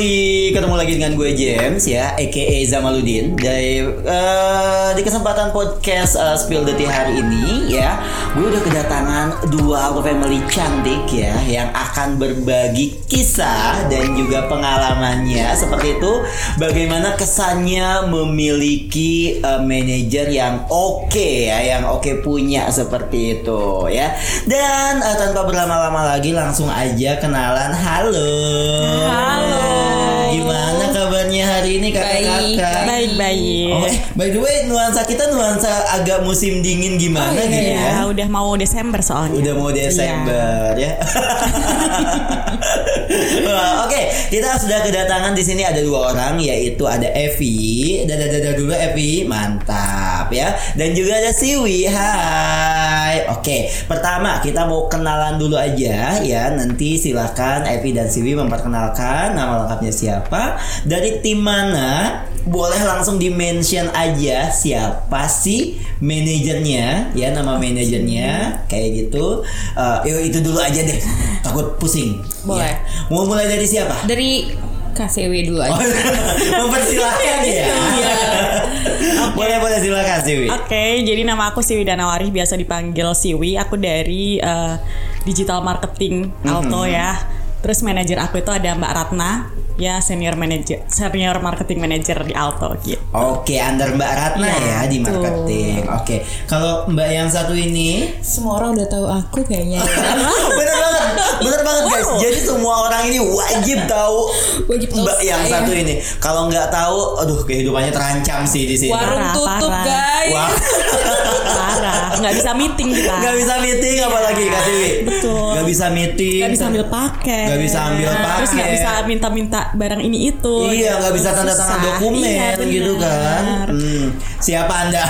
ketemu lagi dengan gue James ya, aka Zamaludin. Di kesempatan podcast Spill the Tea hari ini ya, gue udah kedatangan dua family cantik ya, yang akan berbagi kisah dan juga pengalamannya seperti itu. Bagaimana kesannya memiliki manajer yang oke ya, yang oke punya seperti itu ya. Dan tanpa berlama-lama lagi langsung aja kenalan. Halo. Gimana kabarnya hari ini kakak-kakak? Baik. Oh, by the way, nuansa kita agak musim dingin gimana gitu ya? Udah mau Desember soalnya. Udah mau Desember ya. Oke, kita sudah kedatangan di sini ada dua orang, yaitu ada Evi. Dadah dulu Evi, mantap ya. Dan juga ada Siwi. Hai. Oke, pertama kita mau kenalan dulu aja ya. Nanti silakan Evi dan Siwi memperkenalkan nama lengkapnya siapa, dari tim mana. Boleh langsung di-mention aja siapa sih manajernya ya, nama manajernya kayak gitu. Itu dulu aja deh, takut pusing. Boleh. Ya. Mau mulai dari siapa? Dari KCW dulu aja. Mempersilahkan ya. Boleh silakan Siwi. Oke, jadi nama aku Siwi Danawari, biasa dipanggil Siwi. Aku dari digital marketing Alto ya. Terus manajer aku itu ada Mbak Ratna, ya senior marketing manager di Alto gitu. Oke, under Mbak Ratna ya di marketing. Oke, kalau Mbak yang satu ini, semua orang udah tahu aku kayaknya. Bener banget guys. Jadi semua orang ini wajib tahu Mbak yang satu ini. Kalau nggak tahu, aduh kehidupannya terancam sih di sini. Warung tutup guys. Parah. Nggak bisa meeting kita. Nggak bisa meeting apalagi Kak Siwi. Betul. Nggak bisa meeting. Nggak bisa ambil paket. Nggak bisa ambil paket. Terus nggak bisa minta barang ini itu. Iya, nggak bisa tanda tangan dokumen gitu kan. Siapa Anda?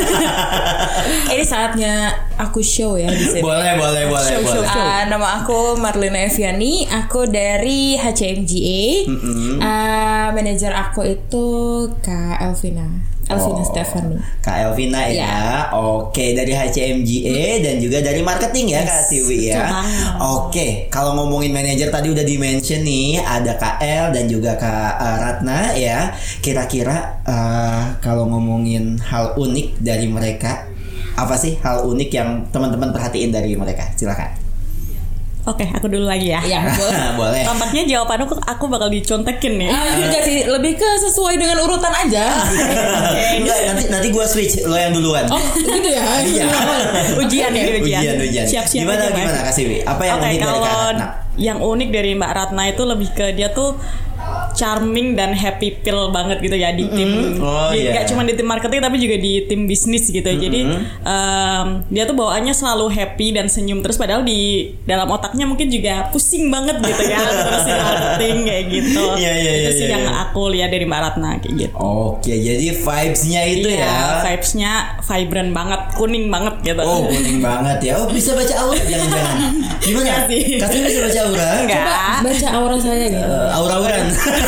Ini saatnya aku show ya di sini. Boleh. Show. Nama aku Marlina Eviani. Aku dari HCMGA. Manajer aku itu Kak Elvina Stefani. Kak Elvina ya. Oke, dari HCMGA dan juga dari marketing ya Kak Siwi ya. Oke, kalau ngomongin manajer tadi udah di-mention nih, ada Kak El dan juga Kak Ratna ya. Kira-kira kalau ngomongin hal unik dari mereka, apa sih hal unik yang teman-teman perhatiin dari mereka? Silakan. Oke, aku dulu lagi ya. Ya, boleh. Tampaknya jawaban aku bakal dicontekin nih. Enggak sih, lebih ke sesuai dengan urutan aja. Enggak, nanti gue switch, lo yang duluan. Oh, gitu ya. Iya. Ujian. Siap-siap. Gimana Kak Siwi? Apa yang unik dari Kak Ratna? Yang unik dari Mbak Ratna itu lebih ke dia tuh charming dan happy pill banget gitu ya di tim. Gak cuma di tim marketing tapi juga di tim bisnis gitu. Jadi dia tuh bawaannya selalu happy dan senyum terus, padahal di dalam otaknya mungkin juga pusing banget gitu ya ngurusin marketing kayak gitu. Itu sih yang aku lihat dari Mbak Ratna kayak gitu. Oke, jadi vibes-nya itu ya. Vibes-nya vibrant banget, kuning banget gitu. Oh, kuning banget ya. Oh, bisa baca aura jangan-jangan. Gimana? Kasih bisa baca aura? Enggak. Coba baca aura saya gitu. Aura-auran.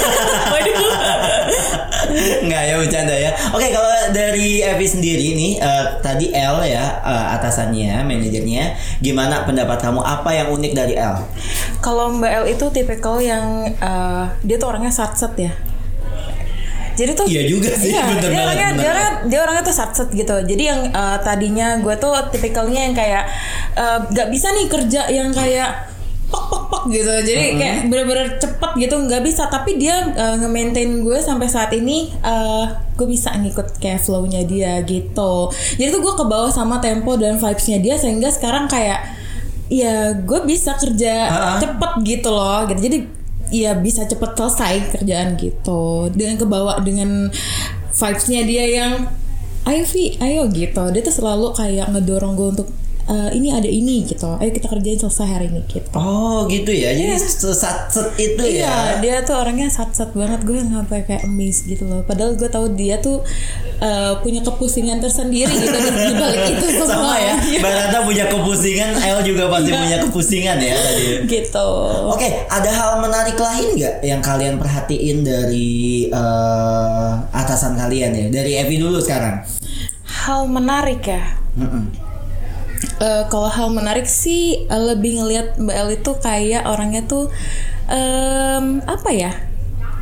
Enggak ya, bercanda ya. Oke, kalau dari Evi sendiri nih, tadi L ya, atasannya, manajernya, gimana pendapat kamu? Apa yang unik dari L? Kalau Mbak L itu tipikal yang dia tuh orangnya satset ya. Jadi tuh iya juga sih, dia orangnya tuh satset gitu. Jadi yang tadinya gue tuh tipikalnya yang kayak gak bisa nih kerja yang kayak pok gitu. Jadi kayak bener-bener cepet gitu, nggak bisa. Tapi dia nge-maintain gue sampai saat ini. Gue bisa ngikut kayak flow-nya dia gitu. Jadi tuh gue kebawa sama tempo dan vibes-nya dia, sehingga sekarang kayak ya gue bisa kerja cepet gitu loh gitu. Jadi ya bisa cepet selesai kerjaan gitu, dengan kebawa dengan vibes-nya dia yang ayo gitu. Dia tuh selalu kayak ngedorong gue untuk ini ada ini gitu, ayo kita kerjain selesai hari ini gitu. Oh gitu ya, jadi satset itu ya. Iya, dia tuh orangnya satset banget. Gue sampai kayak amazed gitu loh. Padahal gue tahu dia tuh punya kepusingan tersendiri gitu di balik itu semua. Sama ya, Mbak Ratna punya kepusingan, El juga pasti punya kepusingan ya tadi. Gitu. Oke, ada hal menarik lain nggak yang kalian perhatiin dari atasan kalian ya? Dari Evi dulu sekarang. Hal menarik ya. Kalau hal menarik sih lebih ngelihat Mbak El itu kayak orangnya tuh apa ya,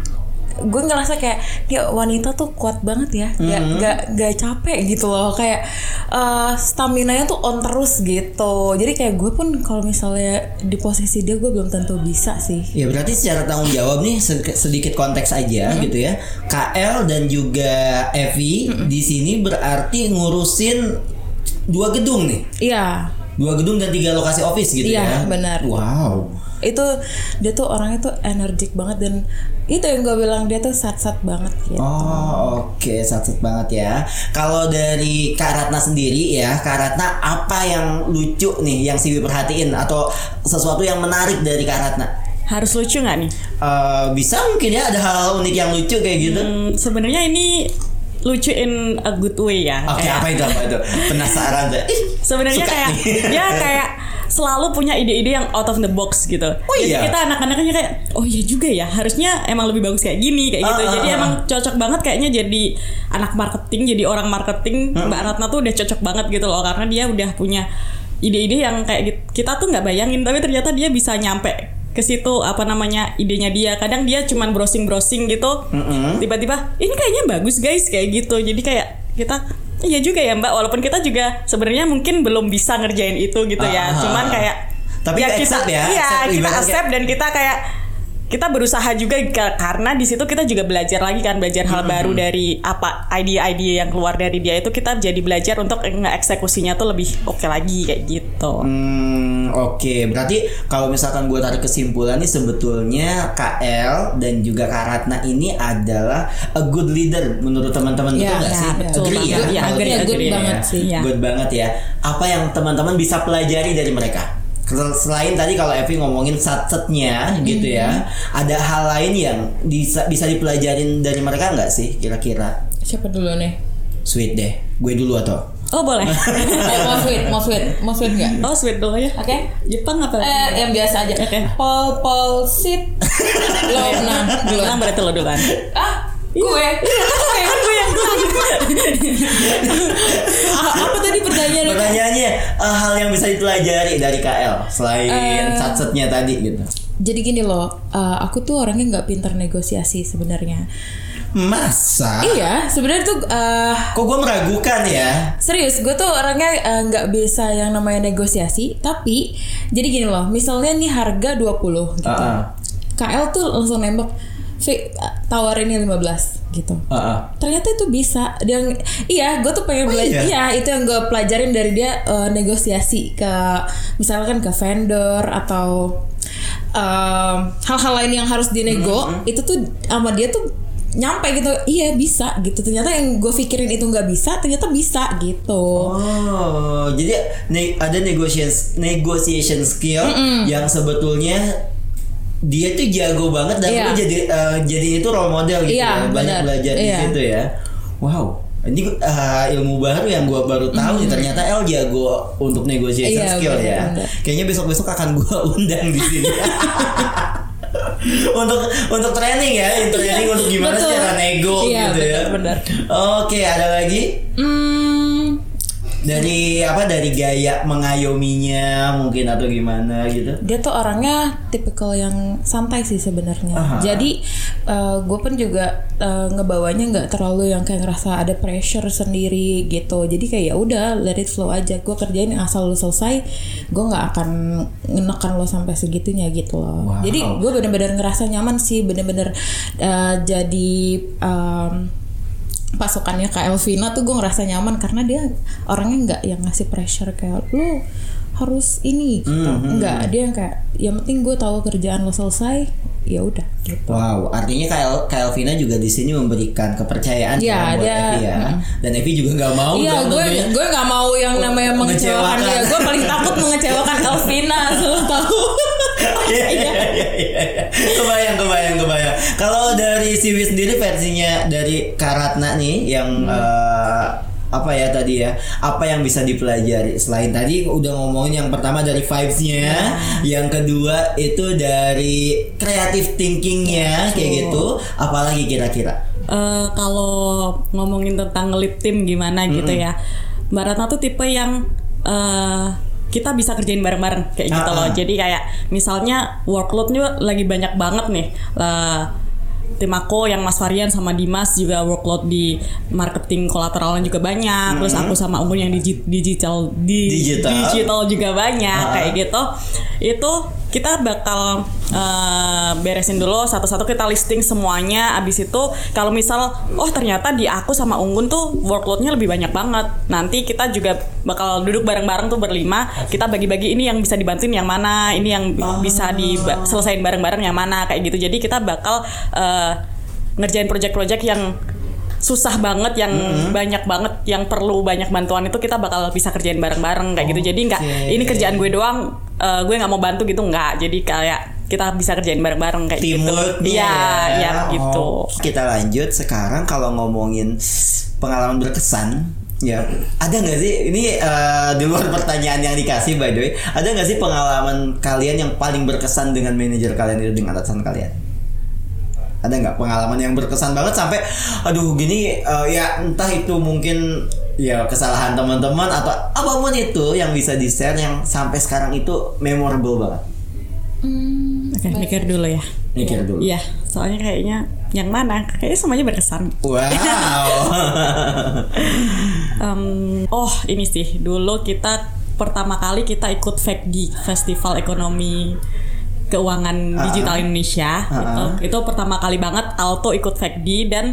gue ngerasa kayak dia wanita tuh kuat banget ya, gak capek gitu loh, kayak stamina-nya tuh on terus gitu. Jadi kayak gue pun kalau misalnya di posisi dia gue belum tentu bisa sih. Ya berarti secara tanggung jawab nih sedikit konteks aja gitu ya. KL dan juga Evi di sini berarti ngurusin 2 gedung nih. Iya. 2 gedung dan 3 lokasi office gitu ya. Iya, benar. Wow. Itu dia tuh orangnya tuh energik banget, dan itu yang gue bilang dia tuh sat-sat banget gitu. Oh oke, sat-sat banget ya. Kalau dari Kak Ratna sendiri ya, Kak Ratna apa yang lucu nih yang Siwi perhatiin atau sesuatu yang menarik dari Kak Ratna? Harus lucu nggak nih? Bisa mungkin ya, ada hal unik yang lucu kayak gitu. Sebenarnya ini lucu in a good way ya. Oke, apa itu penasaran deh. Sebenarnya kayak dia kayak selalu punya ide-ide yang out of the box gitu. Jadi kita anak-anaknya kayak oh iya juga ya, harusnya emang lebih bagus kayak gini kayak gitu. Jadi emang cocok banget kayaknya jadi anak marketing, jadi orang marketing. Mbak Ratna tuh udah cocok banget gitu loh, karena dia udah punya ide-ide yang kayak kita tuh nggak bayangin, tapi ternyata dia bisa nyampe ke situ idenya dia. Kadang dia cuman browsing gitu, tiba-tiba ini kayaknya bagus guys kayak gitu. Jadi kayak kita iya juga ya Mbak, walaupun kita juga sebenarnya mungkin belum bisa ngerjain itu gitu ya. Cuman kayak tapi ya kita kita accept dan kita kayak kita berusaha juga karena di situ kita juga belajar lagi kan, belajar hal baru dari apa ide-ide yang keluar dari dia itu, kita jadi belajar untuk nge-eksekusinya tuh lebih oke lagi kayak gitu. Oke, berarti kalau misalkan gue tarik kesimpulan nih, sebetulnya KL dan juga Kak Ratna ini adalah a good leader menurut teman-teman, betul nggak sih? Betul Agree banget sih. Good banget ya. Apa yang teman-teman bisa pelajari dari mereka? Selain tadi kalau Evi ngomongin satsetnya gitu ya, ada hal lain yang bisa dipelajarin dari mereka nggak sih kira-kira? Siapa dulu nih? Sweet deh, gue dulu atau? Oh boleh. Mau sweet nggak? Oh sweet dulu ya. Oke. Jepang apa? Yang biasa aja. Paul sit. Lo duluan. Berarti lo duluan. Gue yang apa tadi pertanyaannya? Pertanyaannya hal yang bisa dipelajari dari KL selain satsetnya tadi gitu. Jadi gini loh, aku tuh orangnya nggak pintar negosiasi sebenarnya. Masa? Iya, sebenarnya tuh kok gue meragukan ya? Serius, gue tuh orangnya nggak bisa yang namanya negosiasi. Tapi jadi gini loh, misalnya nih harga 20 gitu. KL tuh langsung nembak tawarinnya 15 gitu. Ternyata itu bisa. Dan iya, gue tuh pengen belajar. Iya, itu yang gue pelajarin dari dia, negosiasi ke misalkan ke vendor atau hal-hal lain yang harus dinego. Itu tuh sama dia tuh nyampe gitu. Iya bisa gitu. Ternyata yang gue pikirin itu nggak bisa, ternyata bisa gitu. Oh, jadi ada negotiation skill yang sebetulnya dia tuh jago banget, dan lu jadi itu role model gitu ya. Banyak belajar di situ ya. Wow, ini ilmu baru yang gue baru tahu nih, ternyata El jago untuk negotiation skill ya. Kayaknya besok akan gue undang di sini. untuk training ya, training untuk gimana cara nego gitu ya. Benar. Oke, ada lagi? Dari gaya mengayominya mungkin atau gimana gitu? Dia tuh orangnya tipikal yang santai sih sebenarnya. Jadi gue pun juga ngebawanya nggak terlalu yang kayak ngerasa ada pressure sendiri gitu. Jadi kayak ya udah let it flow aja. Gue kerjain asal lo selesai. Gue nggak akan menekan lo sampai segitunya gitu loh. Wow. Jadi gue benar-benar ngerasa nyaman sih, benar-benar jadi pasukannya Kak Elvina tuh gue ngerasa nyaman karena dia orangnya nggak yang ngasih pressure kayak lu harus ini gitu. Enggak, dia yang kayak yang penting gue tahu kerjaan lo selesai, ya udah gitu. Wow, artinya Kak Elvina juga di sini memberikan kepercayaan buat Evi ya. Dan Evi juga nggak mau. Iya, gue nggak mau yang namanya mengecewakan dia. Gue paling takut mengecewakan Elvina, selalu tahu. Iya. Kebayang. Kalau dari Siwi sendiri versinya dari Kak Ratna nih yang apa ya tadi ya, apa yang bisa dipelajari selain tadi udah ngomongin yang pertama dari vibes-nya, yang kedua itu dari creative thinking-nya kayak gitu, apalagi kira-kira? Kalau ngomongin tentang ngelit tim gimana gitu ya, Mbak Ratna tuh tipe yang kita bisa kerjain bareng-bareng kayak gitu loh. Jadi kayak misalnya workloadnya lagi banyak banget nih, tim aku yang Mas Varian sama Dimas juga workload di marketing kolateralnya juga banyak. Terus aku sama Unggun yang digital juga banyak kayak gitu. Itu kita bakal beresin dulu satu-satu, kita listing semuanya. Abis itu kalau misal ternyata di aku sama Unggun tuh workloadnya lebih banyak banget, nanti kita juga bakal duduk bareng-bareng tuh berlima, kita bagi-bagi ini yang bisa dibantuin yang mana, ini yang bisa diselesain bareng-bareng yang mana kayak gitu. Jadi kita bakal ngerjain project-project yang susah banget, yang banyak banget, yang perlu banyak bantuan itu kita bakal bisa kerjain bareng-bareng kayak gitu. Jadi nggak ini kerjaan gue doang, gue nggak mau bantu gitu, nggak. Jadi kayak kita bisa kerjain bareng-bareng kayak teamwork gitu. Iya gitu. Kita lanjut sekarang, kalau ngomongin pengalaman berkesan, ya ada nggak sih ini di luar pertanyaan yang dikasih by the way, ada nggak sih pengalaman kalian yang paling berkesan dengan manajer kalian itu, dengan atasan kalian? Ada nggak pengalaman yang berkesan banget sampai aduh gini, ya entah itu mungkin ya kesalahan teman-teman atau apapun itu yang bisa di-share yang sampai sekarang itu memorable banget? Oke, mikir dulu ya. Mikir dulu. Iya, soalnya kayaknya yang mana? Kayaknya semuanya berkesan. Wow. Ini sih dulu kita pertama kali kita ikut FECDI, Festival Ekonomi Keuangan Digital Indonesia. Itu pertama kali banget Alto ikut FECDI, dan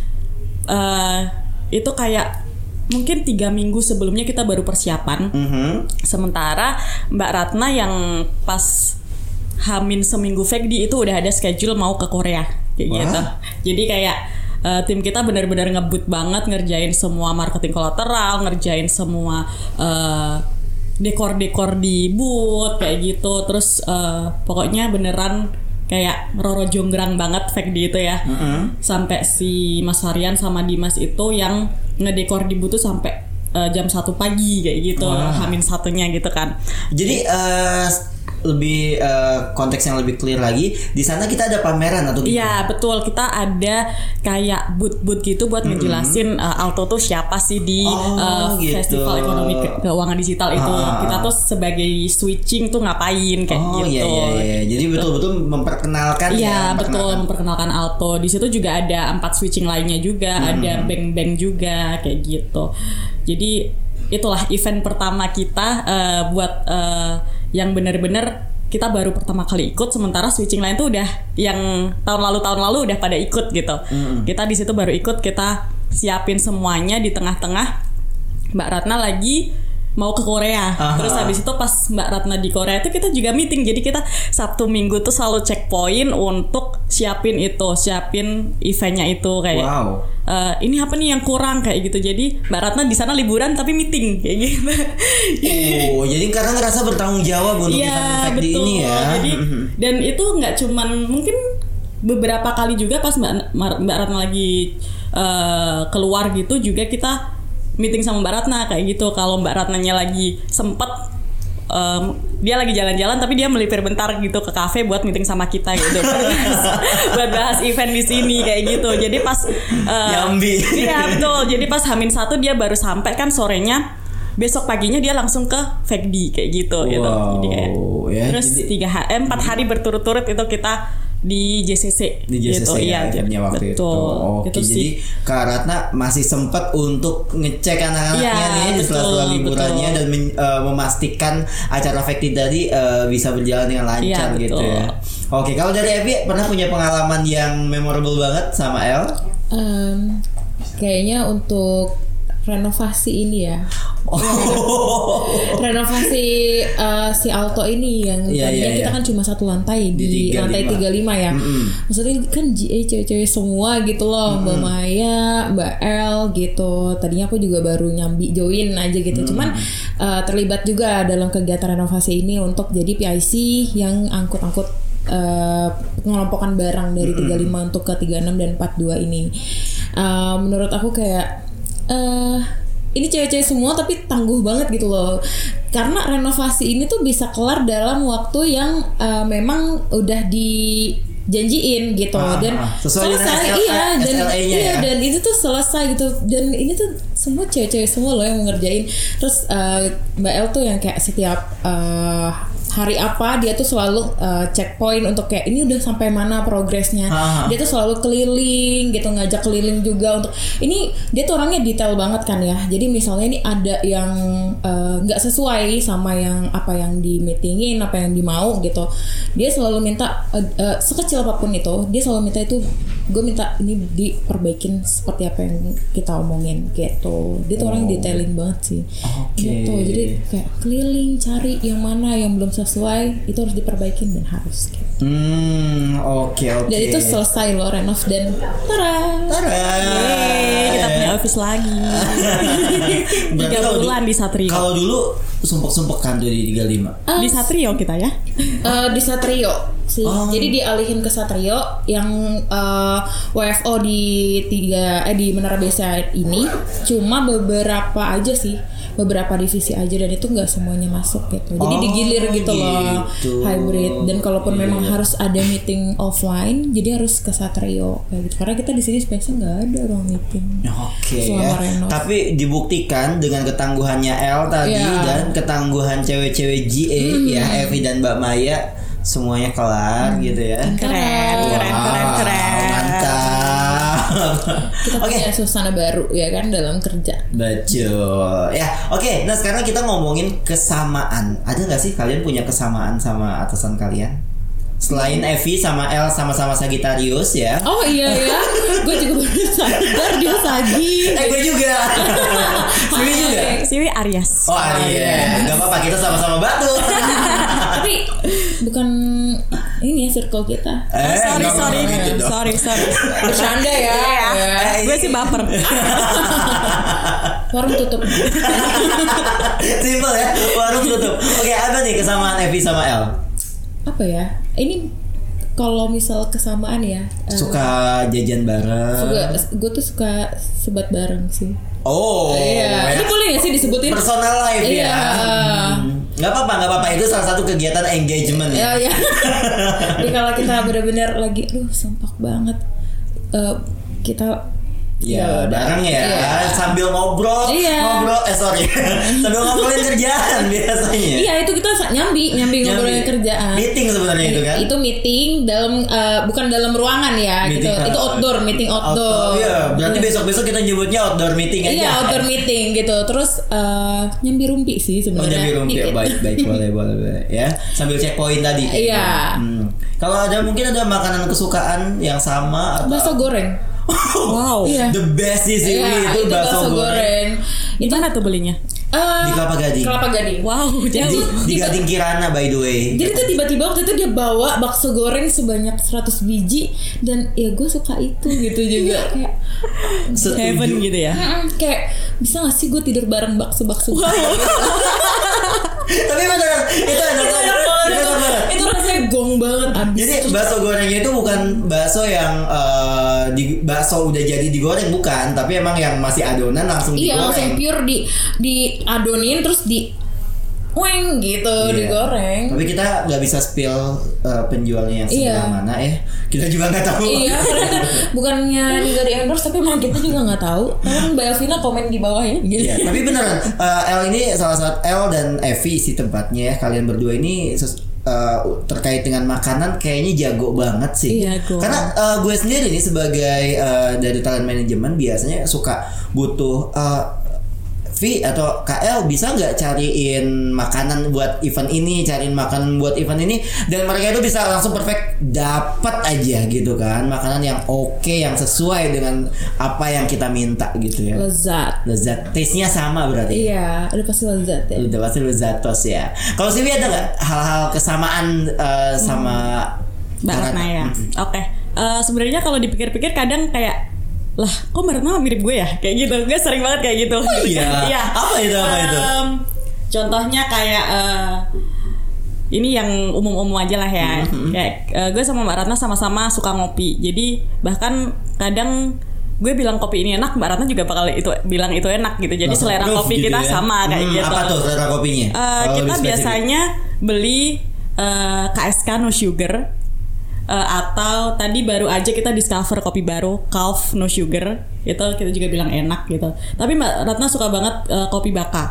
itu kayak mungkin 3 minggu sebelumnya kita baru persiapan. Sementara Mbak Ratna yang pas Hamin seminggu FECDI itu udah ada schedule mau ke Korea kayak gitu. Jadi kayak tim kita benar-benar ngebut banget ngerjain semua marketing kolateral, ngerjain semua dekor-dekor di booth kayak gitu. Terus pokoknya beneran kayak Roro Jonggrang banget FECDI itu ya. Sampai si Mas Varian sama Dimas itu yang ngedekor di booth tuh sampai jam 1 pagi kayak gitu. Hamin satunya gitu kan. Jadi lebih konteks yang lebih clear lagi, di sana kita ada pameran atau gimana? Iya betul, kita ada kayak booth gitu buat ngejelasin Alto tuh siapa sih di gitu. Festival Ekonomi Keuangan Digital itu. Kita tuh sebagai switching tuh ngapain kayak gitu. Iya. Jadi betul-betul memperkenalkan. Iya betul, memperkenalkan Alto. Di situ juga ada 4 switching lainnya juga, ada bank-bank juga kayak gitu. Jadi itulah event pertama kita buat yang benar-benar kita baru pertama kali ikut, sementara switching lain tuh udah yang tahun lalu udah pada ikut gitu. Kita di situ baru ikut, kita siapin semuanya di tengah-tengah Mbak Ratna lagi mau ke Korea. Terus habis itu pas Mbak Ratna di Korea itu kita juga meeting. Jadi kita Sabtu Minggu tuh selalu checkpoint untuk siapin eventnya itu kayak ini apa nih yang kurang kayak gitu. Jadi Mbak Ratna di sana liburan tapi meeting kayak gitu. Jadi karena ngerasa bertanggung jawab untuk event ini ya. Jadi dan itu nggak cuman mungkin beberapa kali juga pas Mbak Ratna lagi keluar gitu juga kita meeting sama Mbak Ratna kayak gitu. Kalau Mbak Ratnanya lagi sempet dia lagi jalan-jalan tapi dia melipir bentar gitu ke kafe buat meeting sama kita gitu. buat bahas event di sini kayak gitu. Jadi pas iya betul. Jadi pas Hamin 1 dia baru sampai kan sorenya. Besok paginya dia langsung ke FECDI kayak gitu. Jadi kayak terus 4 hari berturut-turut itu kita di JCC gitu, ya akhirnya waktu itu. Oke, jadi Kak Ratna masih sempat untuk ngecek anak-anaknya nih di sela-sela liburannya dan memastikan acara FECDI tadi bisa berjalan dengan lancar gitu ya. Oke, kalau dari Evi pernah punya pengalaman yang memorable banget sama El? Kayaknya untuk renovasi ini ya. Renovasi si Alto ini yang tadinya kita kan cuma 1 lantai di lantai 35 ya. Maksudnya kan GA cewek-cewek semua gitu loh, Mbak Maya, Mbak El gitu. Tadinya aku juga baru nyambi join aja gitu. Cuman terlibat juga dalam kegiatan renovasi ini untuk jadi PIC yang angkut-angkut pengelompokan barang dari 35 untuk ke 36 dan 42 ini. Menurut aku kayak ini cewek-cewek semua tapi tangguh banget gitu loh, karena renovasi ini tuh bisa kelar dalam waktu yang memang udah dijanjiin gitu dan selesai dan itu tuh selesai gitu, dan ini tuh semua cewek-cewek semua loh yang mengerjain. Terus Mbak El tuh yang kayak setiap hari apa dia tuh selalu checkpoint untuk kayak ini udah sampai mana progresnya. Dia tuh selalu keliling gitu, ngajak keliling juga untuk ini. Dia tuh orangnya detail banget kan ya. Jadi misalnya ini ada yang nggak sesuai sama yang apa yang di meetingin, apa yang dimau gitu, dia selalu minta sekecil apapun itu, dia selalu minta itu, gue minta ini diperbaikin seperti apa yang kita omongin gitu. Dia tuh orang detailing banget sih. Gitu. Jadi kayak keliling cari yang mana yang belum sesuai, itu harus diperbaikin dan harus gitu. Oke. Dan itu selesai loh renov dan tara. Yeay, kita punya office lagi. 3 bulan di Satrio. Kalau dulu sumpek-sumpek kan tuh di 35. Di Satrio kita ya. Di Satrio sih. Jadi dialihin ke Satrio yang WFO di Menara Besa ini cuma beberapa aja sih, beberapa divisi aja, dan itu nggak semuanya masuk gitu. Jadi digilir gitu loh, hybrid. Dan kalaupun memang harus ada meeting offline, jadi harus ke Satrio kayak gitu. Karena kita di sini space nggak ada ruang meeting. Selama renov. Tapi dibuktikan dengan ketangguhannya L tadi dan ketangguhan cewek-cewek GA ya, Evi dan Mbak Maya, semuanya kelar gitu ya. Keren. Mantap. Kita punya suasana baru ya kan dalam kerja. Betul. Ya, oke. Nah, sekarang kita ngomongin kesamaan. Ada nggak sih kalian punya kesamaan sama atasan kalian? Selain Evi sama El sama-sama Sagittarius ya. Oh iya ya, gue juga baru sadar dia Sagi. Gue juga. Siwi juga. Siwi Aries. Oh Aries. Gak apa-apa, kita sama-sama batu. Tapi bukan ini ya circle kita. Sorry. Bercanda ya. Gue sih baper. Warung tutup. Simple ya, warung tutup. Oke, apa nih kesamaan Evi sama El? Apa ya? Ini kalau misal kesamaan ya, suka jajan bareng. Gue tuh suka sebat bareng sih. Oh iya. Ini boleh gak sih disebutin personal life ya? Gak apa-apa, itu salah satu kegiatan engagement ya. Iya. Jadi kalau kita benar-benar lagi sumpah banget, kita bareng ya. Sambil ngobrol sambil ngobrolin kerjaan biasanya. Iya, itu kita nyambi ngobrolin kerjaan. Meeting sebenarnya itu kan. Itu meeting dalam bukan dalam ruangan ya, meeting gitu. Itu outdoor, meeting outdoor. Iya, berarti besok-besok kita nyebutnya outdoor meeting aja. Iya, outdoor meeting gitu. Terus nyambi rumpi sih sebenarnya. Nyambi rumpi. Baik, boleh ya. Sambil checkpoint tadi. Iya. Kalau mungkin ada makanan kesukaan yang sama atau bakso goreng. Wow, the best sih itu bakso goreng. Di mana tuh belinya? Di Kelapa Gading. Wow, jadi di Gading Kirana by the way. Jadi tuh tiba-tiba waktu itu dia bawa bakso goreng sebanyak 100 biji dan ya gue suka itu gitu juga kayak heaven gitu ya. Kayak bisa gak sih gue tidur bareng bakso. Tapi beneran itu enak banget. Itu rasanya gong banget abis. Jadi bakso gorengnya itu bukan bakso yang bakso udah jadi digoreng, bukan, tapi emang yang masih adonan langsung digoreng. Iya, langsung pure di adonin terus di gitu digoreng. Tapi kita nggak bisa spill penjualnya yang sebelah mana ya. Kita juga nggak tahu. Iya, karena bukannya nggak di endorse, tapi emang kita juga nggak tahu. Tapi Mbak Elvina komen di bawah ya. Gitu. Iya, tapi beneran El ini salah satu, El dan Evi sih tempatnya ya. Kalian berdua ini terkait dengan makanan kayaknya jago banget sih. Karena gue sendiri nih sebagai dari talent management biasanya suka butuh V atau KL bisa nggak cariin makanan buat event ini, cariin makanan buat event ini, dan mereka itu bisa langsung perfect dapat aja gitu kan, makanan yang oke, yang sesuai dengan apa yang kita minta gitu ya. Lezat, taste-nya sama berarti. Iya, udah pasti lezat ya. Udah pasti lezatos ya. Kalau Siwi ada nggak hal-hal kesamaan sama Mbak Ratna ya? Oke. Sebenarnya kalau dipikir-pikir kadang kayak, lah kok Mbak Ratna mirip gue ya, kayak gitu. Gue sering banget kayak gitu. Iya. Apa itu? Contohnya kayak ini yang umum-umum aja lah ya. Kayak gue sama Mbak Ratna sama-sama suka ngopi. Jadi bahkan kadang gue bilang kopi ini enak, Mbak Ratna juga bakal bilang itu enak gitu. Jadi selera kopi gitu kita ya? sama kayak gitu. Apa tuh selera kopinya? Kita biasanya beli KSK no sugar. Atau tadi baru aja kita discover kopi baru Calf no sugar, itu kita juga bilang enak gitu. Tapi Mbak Ratna suka banget kopi baka.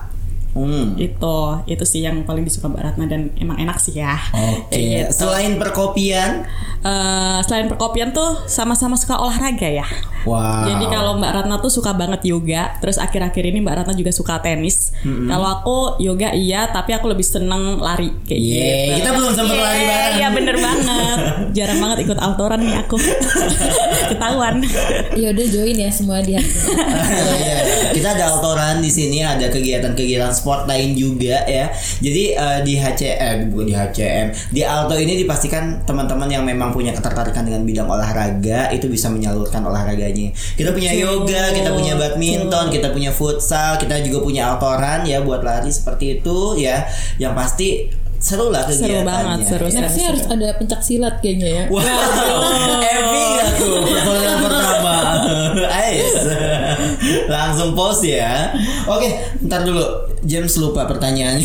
Itu sih yang paling disuka Mbak Ratna dan emang enak sih ya. Oke. Gitu. Selain perkopian, selain perkopian tuh sama-sama suka olahraga ya. wow. Jadi kalau Mbak Ratna tuh suka banget yoga, terus akhir-akhir ini Mbak Ratna juga suka tenis. Kalau aku yoga iya, tapi aku lebih seneng lari kayak gitu. Kita belum sempat lari bareng. Iya bener banget. Jarang banget ikut outdooran nih aku. Ketahuan. Ya udah join ya semua dia. Kita ada outdooran di sini, ada kegiatan-kegiatan sport lain juga ya. Jadi di di Alto ini dipastikan teman-teman yang memang punya ketertarikan dengan bidang olahraga itu bisa menyalurkan olahraganya. Kita punya yoga, kita punya badminton, kita punya futsal, kita juga punya outdooran ya buat lari seperti itu ya. Yang pasti seru lah kegiatannya. Seru banget, seru. Nextnya harus ada pencak silat kayaknya ya. Wow, epic gak tuh pertolongan pertama. Ais. Langsung pause ya. Oke, ntar dulu James lupa pertanyaannya.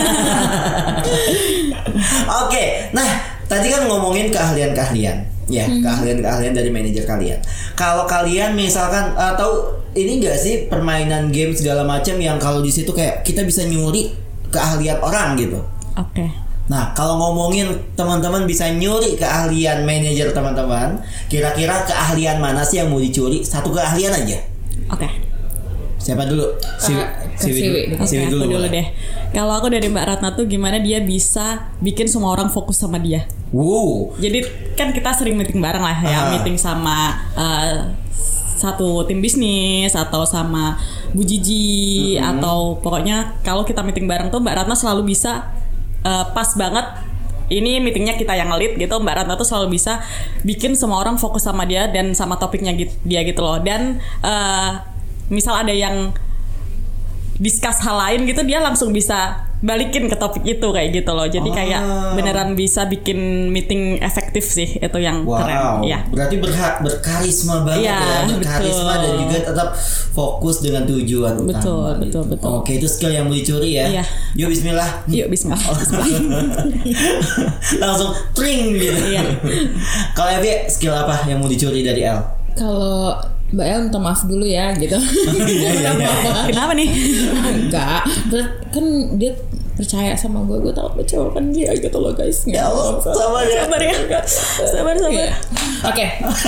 Oke, nah tadi kan ngomongin keahlian-keahlian ya, keahlian-keahlian dari manajer kalian. Kalau kalian misalkan tahu ini enggak sih permainan game segala macam yang kalau di situ kayak kita bisa nyuri keahlian orang gitu. Oke. Nah, kalau ngomongin teman-teman bisa nyuri keahlian manajer teman-teman, kira-kira keahlian mana sih yang mau dicuri? Satu keahlian aja. Oke. Siapa dulu? Siwi Dulu deh. Kalau aku dari Mbak Ratna tuh gimana dia bisa bikin semua orang fokus sama dia. Wow. Jadi kan kita sering meeting bareng lah ya, meeting sama satu tim bisnis atau sama Bu Jiji atau pokoknya kalau kita meeting bareng tuh Mbak Ratna selalu bisa pas banget. Ini meetingnya kita yang nge-lead gitu, Mbak Ratna tuh selalu bisa bikin semua orang fokus sama dia dan sama topiknya dia gitu loh. Dan misal ada yang discuss hal lain gitu, dia langsung bisa balikin ke topik itu kayak gitu loh. Jadi kayak beneran bisa bikin meeting efektif sih, itu yang keren. Ya. Berarti berkarisma banget ya, berkarisma betul. Dan juga tetap fokus dengan tujuan utama. Betul. Oke, itu skill yang mau dicuri ya. Iya. Yuk bismillah. Langsung tring gitu. Iya. Kalau Evi, skill apa yang mau dicuri dari El? Kalau Mbak El minta maaf dulu ya gitu. Kenapa nih? Enggak, kan dia percaya sama gue tahu kecewakan dia gitu loh guys. Ya Allah, sabar ya. Sabar. Oke.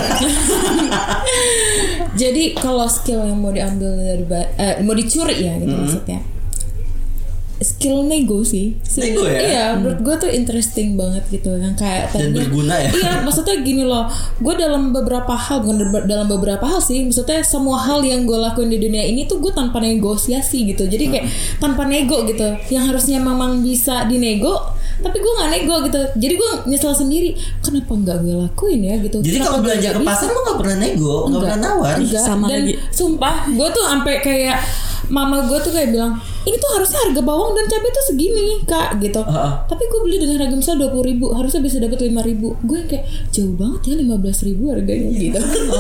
Jadi kalau skill yang mau diambil dari mau dicuri ya gitu maksudnya. Skill nego sih. Nego ya? Iya, menurut gue tuh interesting banget gitu, yang kayak dan berguna ya. Iya, maksudnya gini loh, gue dalam beberapa hal, bukan dalam beberapa hal sih, maksudnya semua hal yang gue lakuin di dunia ini tuh gue tanpa negosiasi gitu. Jadi kayak tanpa nego gitu, yang harusnya memang bisa dinego, tapi gue nggak nego gitu. Jadi gue nyesel sendiri, kenapa nggak gue lakuin ya gitu. Jadi kalau belanja ke pasar lo nggak pernah nego, nggak pernah nawar. Sama dan lagi. Sumpah, gue tuh sampai kayak mama gue tuh kayak bilang, ini tuh harusnya harga bawang dan cabai tuh segini kak gitu. Tapi gue beli dengan harga misal 20.000, harusnya bisa dapat 5.000. Gue kayak jauh banget ya 15.000 harganya gitu.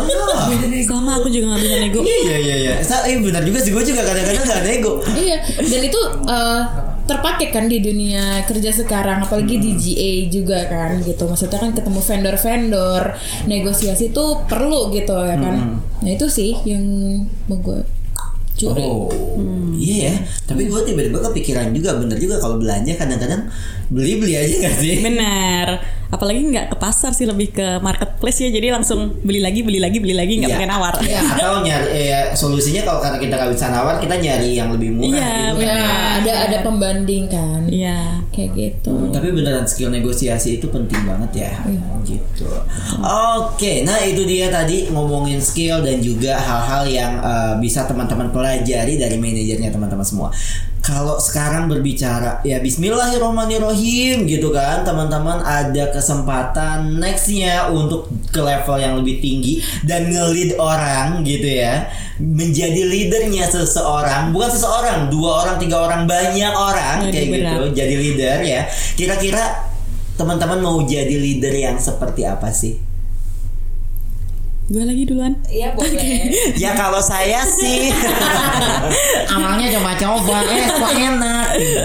Sama aku juga nggak bisa nego. Iya. Benar juga sih, gue juga kadang-kadang nggak nego. Iya, dan itu terpakai kan di dunia kerja sekarang, apalagi di GA juga kan gitu. Maksudnya kan ketemu vendor-vendor, negosiasi tuh perlu gitu ya kan. Nah itu sih yang mau gue curi. Iya ya. Tapi gue tiba-tiba kepikiran juga, bener juga kalau belanja kadang-kadang beli aja nggak sih? Bener. Apalagi nggak ke pasar sih, lebih ke marketplace ya. Jadi langsung beli lagi nggak pakai nawar. Iya. Atau nyari solusinya kalau karena kita nggak bisa nawar, kita nyari yang lebih murah. Iya. Gitu. Ada pembanding kan. Iya. Kayak gitu. Tapi beneran skill negosiasi itu penting banget ya. Gitu. Oke, nah itu dia tadi ngomongin skill dan juga hal-hal yang bisa teman-teman pelajari dari manajernya teman-teman semua. Kalau sekarang berbicara ya bismillahirrahmanirrahim gitu kan, teman-teman ada kesempatan nextnya untuk ke level yang lebih tinggi dan nge-lead orang gitu ya, menjadi leadernya seseorang, bukan seseorang, 2 orang, 3 orang, banyak orang kayak gitu, jadi leader ya. Kira-kira teman-teman mau jadi leader yang seperti apa sih? Gue lagi duluan. Iya boleh. Ya kalau saya sih awalnya coba-coba kok enak.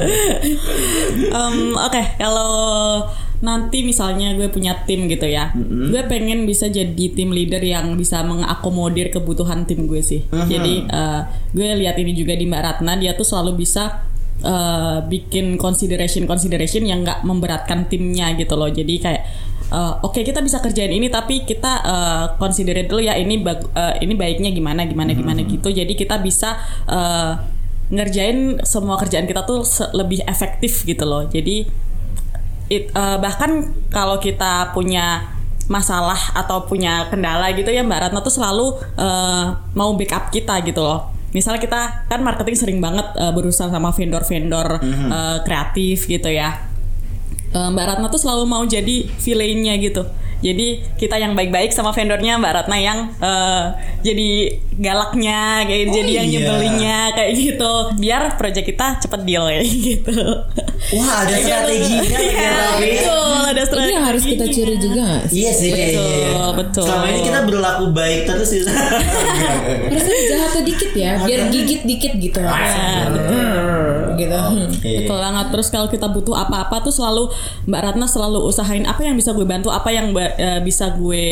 Oke, kalau nanti misalnya gue punya tim gitu ya, gue pengen bisa jadi tim leader yang bisa mengakomodir kebutuhan tim gue sih. Jadi gue lihat ini juga di Mbak Ratna, dia tuh selalu bisa bikin consideration yang nggak memberatkan timnya gitu loh. Jadi kayak oke, kita bisa kerjain ini tapi kita consider dulu ya ini baiknya gimana gitu. Jadi kita bisa ngerjain semua kerjaan kita tuh lebih efektif gitu loh. Jadi bahkan kalau kita punya masalah atau punya kendala gitu ya, Mbak Ratna tuh selalu mau backup kita gitu loh. Misalnya kita kan marketing sering banget berurusan sama vendor-vendor kreatif gitu ya. Mbak Ratna tuh selalu mau jadi villain-nya gitu. Jadi kita yang baik-baik sama vendornya, Mbak Ratna yang jadi galaknya, kayak jadi yang nyebelinnya kayak gitu. Biar project kita cepet deal kayak gitu. Wah, ada strateginya ya. Betul, ada strategi. Ini yang harus kita curi juga. Iya sih, betul. Selama ini kita berlaku baik terus gitu. Harusnya jahatnya dikit ya, biar gigit dikit gitu. Gitu. Betul banget. Terus kalau kita butuh apa-apa tuh selalu Mbak Ratna selalu usahain apa yang bisa gue bantu, apa yang bisa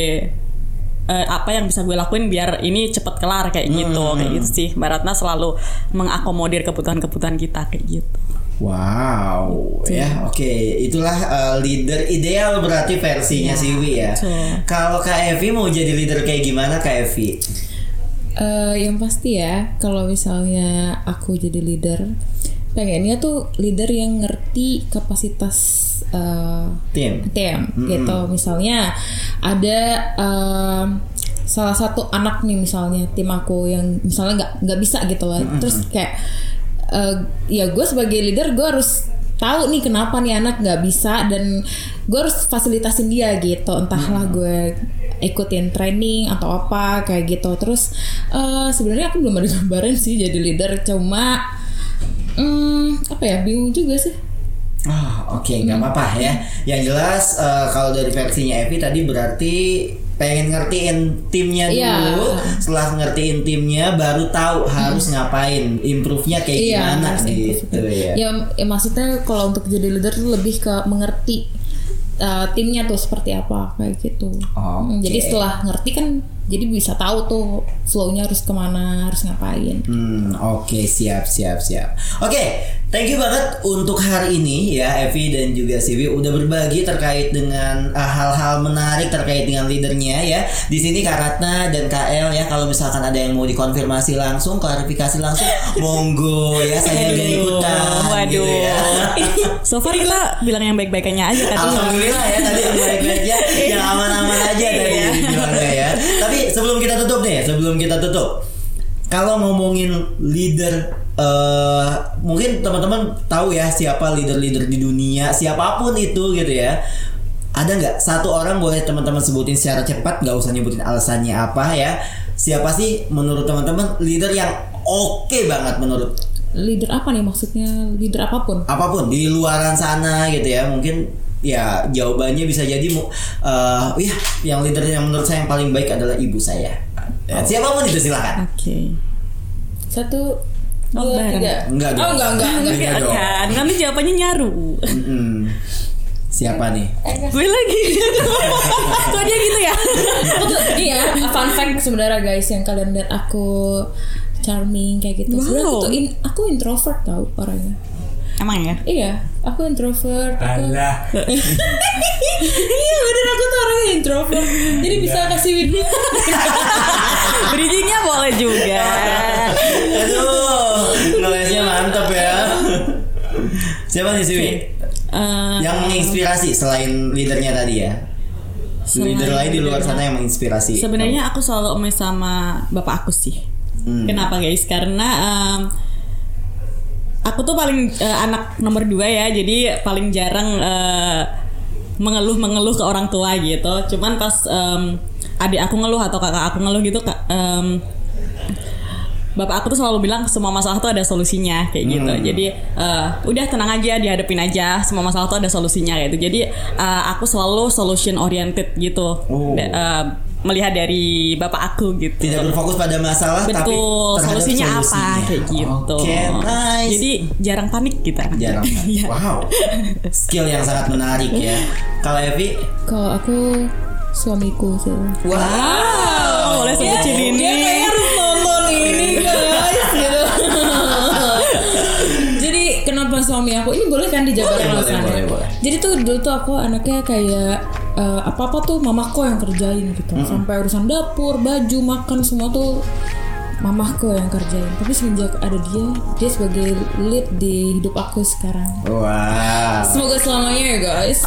gue lakuin biar ini cepet kelar kayak gitu. Kayak gitu sih. Mbak Ratna selalu mengakomodir kebutuhan-kebutuhan kita kayak gitu. Wow, ya oke. Itulah leader ideal berarti versinya Siwi ya. Kalau Kak Evi mau jadi leader kayak gimana Kak Evi? Yang pasti ya, kalau misalnya aku jadi leader, pengennya tuh leader yang ngerti kapasitas tim gitu. Misalnya ada salah satu anak nih misalnya tim aku yang misalnya nggak bisa gitu lah. Terus kayak ya gue sebagai leader gue harus tahu nih kenapa nih anak nggak bisa, dan gue harus fasilitasin dia gitu. Entahlah gue ikutin training atau apa kayak gitu. Terus sebenarnya aku belum ada gambaran sih jadi leader, cuma apa ya, bingung juga sih. Oke, nggak apa-apa ya. Yang jelas kalau dari versinya Evi tadi berarti pengen ngertiin timnya dulu. Setelah ngertiin timnya baru tahu harus ngapain, improve-nya kayak gimana gitu ya. Ya maksudnya kalau untuk jadi leader tuh lebih ke mengerti timnya tuh seperti apa kayak gitu. Jadi setelah ngerti kan jadi bisa tahu tuh flow-nya harus kemana, harus ngapain. Oke, siap. Oke, thank you banget untuk hari ini ya Evi dan juga Siwi udah berbagi terkait dengan hal-hal menarik terkait dengan leadernya ya. Di sini Kak Ratna dan Kak El ya, kalau misalkan ada yang mau dikonfirmasi langsung, klarifikasi langsung, monggo ya, saya juga ikutan gitu ya. So far kita bilang yang baik-baiknya aja kan. Alhamdulillah ya, tadi yang baik-baiknya yang aman-aman aja tadi dibilangnya ya. Tapi sebelum kita tutup, kalau ngomongin leader, mungkin teman-teman tahu ya siapa leader-leader di dunia, siapapun itu gitu ya. Ada nggak satu orang, boleh teman-teman sebutin secara cepat, nggak usah nyebutin alasannya apa ya. Siapa sih menurut teman-teman leader yang oke banget menurut? Leader apa nih maksudnya? Leader apapun? Apapun di luaran sana gitu ya. Mungkin ya jawabannya bisa jadi ya yang leader yang menurut saya yang paling baik adalah ibu saya. Siapapun itu silakan. Oke. 1, 2, 3. Enggak dong. Enggak dong. Nanti jawabannya nyaru. Siapa nih? Gue lagi. Kok dia gitu ya? Iya, fun fact sebenarnya guys, yang kalian lihat aku charming kayak gitu. Sebenarnya aku introvert tau orangnya. Emang ya? Iya, aku introvert. Iya bener, aku tuh orangnya introvert. Jadi bisa kasih video. Bridgingnya boleh juga. Aduh, nolesnya mantap ya. Siapa nih Siwi? Yang menginspirasi selain leadernya tadi ya. Leader lain di luar sana yang menginspirasi. Sebenarnya aku selalu amazed sama bapak aku sih. Kenapa guys? Karena aku tuh paling anak nomor 2 ya, jadi paling jarang mengeluh ke orang tua gitu. Cuman pas adik aku ngeluh atau kakak aku ngeluh gitu, bapak aku tuh selalu bilang semua masalah tuh ada solusinya kayak gitu. Jadi udah tenang aja, dihadapin aja, semua masalah tuh ada solusinya kayak gitu. Jadi aku selalu solution oriented gitu. Melihat dari bapak aku gitu. Tidak berfokus pada masalah, betul, tapi terhadap solusinya apa kayak gitu. Nice. Jadi jarang panik kita. Jarang. Wow. Skill yang sangat menarik ya. Kalau Evi? Kalau aku suamiku sih. Wow. Boleh sebutin ini. Dia kayak harus nonton ini guys gitu. Jadi kenapa suami aku ini boleh kan dijabarkan alasannya. Boleh. Jadi tuh dulu tuh aku anaknya kayak apa-apa tuh mamaku yang kerjain gitu. Sampai urusan dapur, baju, makan semua tuh mamahku yang kerjain. Tapi semenjak ada dia sebagai lead di hidup aku sekarang. Wow. Semoga selamanya ya guys.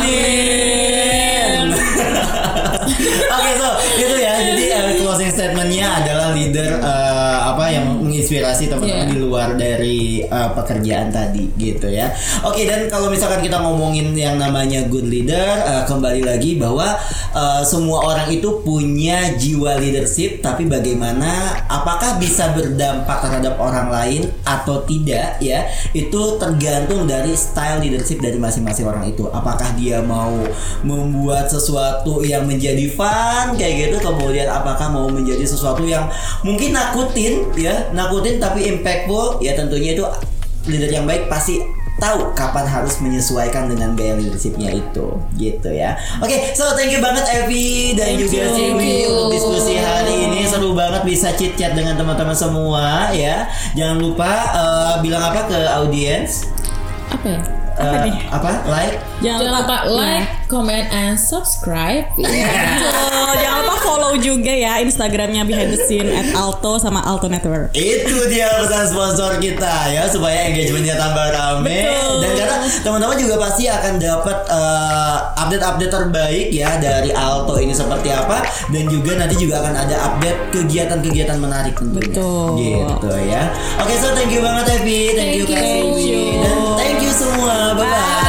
Amin. Oke, so itu ya. Jadi closing statementnya adalah leader yang menginspirasi teman-teman di luar dari pekerjaan tadi gitu ya. Oke, dan kalau misalkan kita ngomongin yang namanya good leader, kembali lagi bahwa semua orang itu punya jiwa leadership, tapi bagaimana apakah bisa berdampak terhadap orang lain atau tidak ya, itu tergantung dari style leadership dari masing-masing orang itu. Apakah dia mau membuat sesuatu yang menjadi fun kayak gitu, kemudian apakah mau menjadi sesuatu yang mungkin nakutin tapi impactful ya. Tentunya itu leader yang baik pasti tahu kapan harus menyesuaikan dengan gaya leadershipnya itu gitu ya. Oke, so thank you banget Evi dan juga Siwi untuk diskusi hari ini. Seru banget bisa chit chat dengan teman-teman semua ya. Jangan lupa bilang apa ke audiens? Apa ya? Like? Jangan lupa like, comment, and subscribe. Jangan lupa follow juga ya Instagramnya Behind the Scene @Alto sama Alto Network. Itu dia pesan sponsor kita ya, supaya engagementnya tambah rame. Betul. Dan karena teman-teman juga pasti akan dapat update-update terbaik ya dari Alto ini seperti apa, dan juga nanti juga akan ada update kegiatan-kegiatan menarik tentunya. Betul. Gitu ya. Oke, so thank you banget Evi, thank you Kak Siwi, dan thank you semua. Bye bye.